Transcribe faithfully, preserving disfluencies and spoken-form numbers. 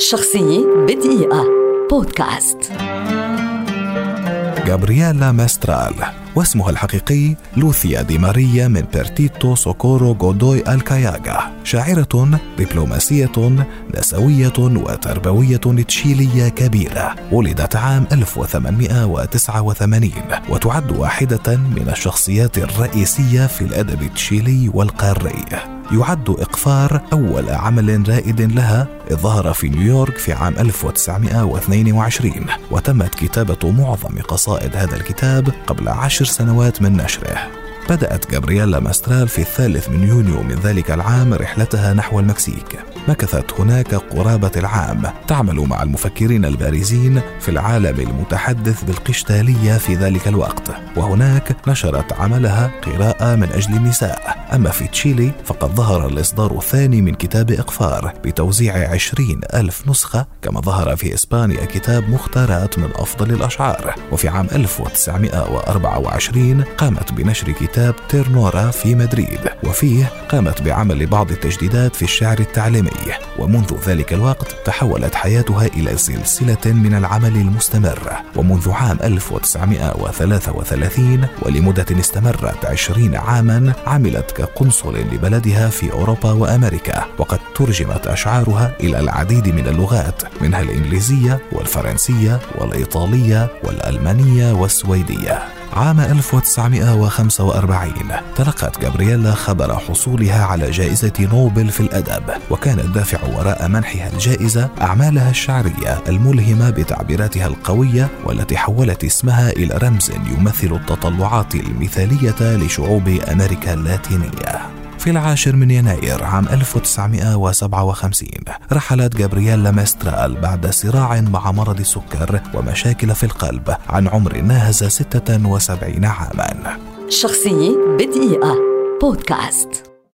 شخصية بدقيقة بودكاست. غابرييلا ميسترال، واسمها الحقيقي لوثيا دي ماريا من بيرتيتو سوكورو غودوي الكاياغا، شاعرة دبلوماسية نسوية وتربوية تشيلية كبيرة. ولدت عام ألف وثمانمائة وتسعة وثمانين وتعد واحدة من الشخصيات الرئيسية في الأدب التشيلي والقاري. يعد إقفار أول عمل رائد لها، إذ ظهر في نيويورك في عام ألف وتسعمائة واثنين وعشرين، وتمت كتابة معظم قصائد هذا الكتاب قبل عشر سنوات من نشره. بدأت غابرييلا ميسترال في الثالث من يونيو من ذلك العام رحلتها نحو المكسيك. مكثت هناك قرابة العام تعمل مع المفكرين البارزين في العالم المتحدث بالقشتالية في ذلك الوقت، وهناك نشرت عملها قراءة من أجل النساء. أما في تشيلي فقد ظهر الإصدار الثاني من كتاب إقفار بتوزيع عشرين ألف نسخة، كما ظهر في إسبانيا كتاب مختارات من أفضل الأشعار. وفي عام ألف وتسعمائة وأربعة وعشرين قامت بنشر كتاب تيرنورا في مدريد، وفيه قامت بعمل بعض التجديدات في الشعر التعليمي. ومنذ ذلك الوقت تحولت حياتها إلى سلسلة من العمل المستمر. ومنذ عام ألف وتسعمائة وثلاثة وثلاثين ولمدة استمرت عشرين عاما عملت كقنصل لبلدها في أوروبا وأمريكا، وقد ترجمت أشعارها إلى العديد من اللغات، منها الإنجليزية والفرنسية والإيطالية والألمانية والسويدية. عام ألف وتسعمائة وخمسة وأربعين تلقت غابرييلا خبر حصولها على جائزة نوبل في الأدب، وكان الدافع وراء منحها الجائزة أعمالها الشعرية الملهمة بتعبيراتها القوية، والتي حولت اسمها إلى رمز يمثل التطلعات المثالية لشعوب أمريكا اللاتينية. في العاشر من يناير عام ألف وتسعمائة وسبعة وخمسين رحلت غابرييلا ميسترال بعد صراع مع مرض السكر ومشاكل في القلب عن عمر ناهز ستة وسبعين عاما. شخصية بدقيقة بودكاست.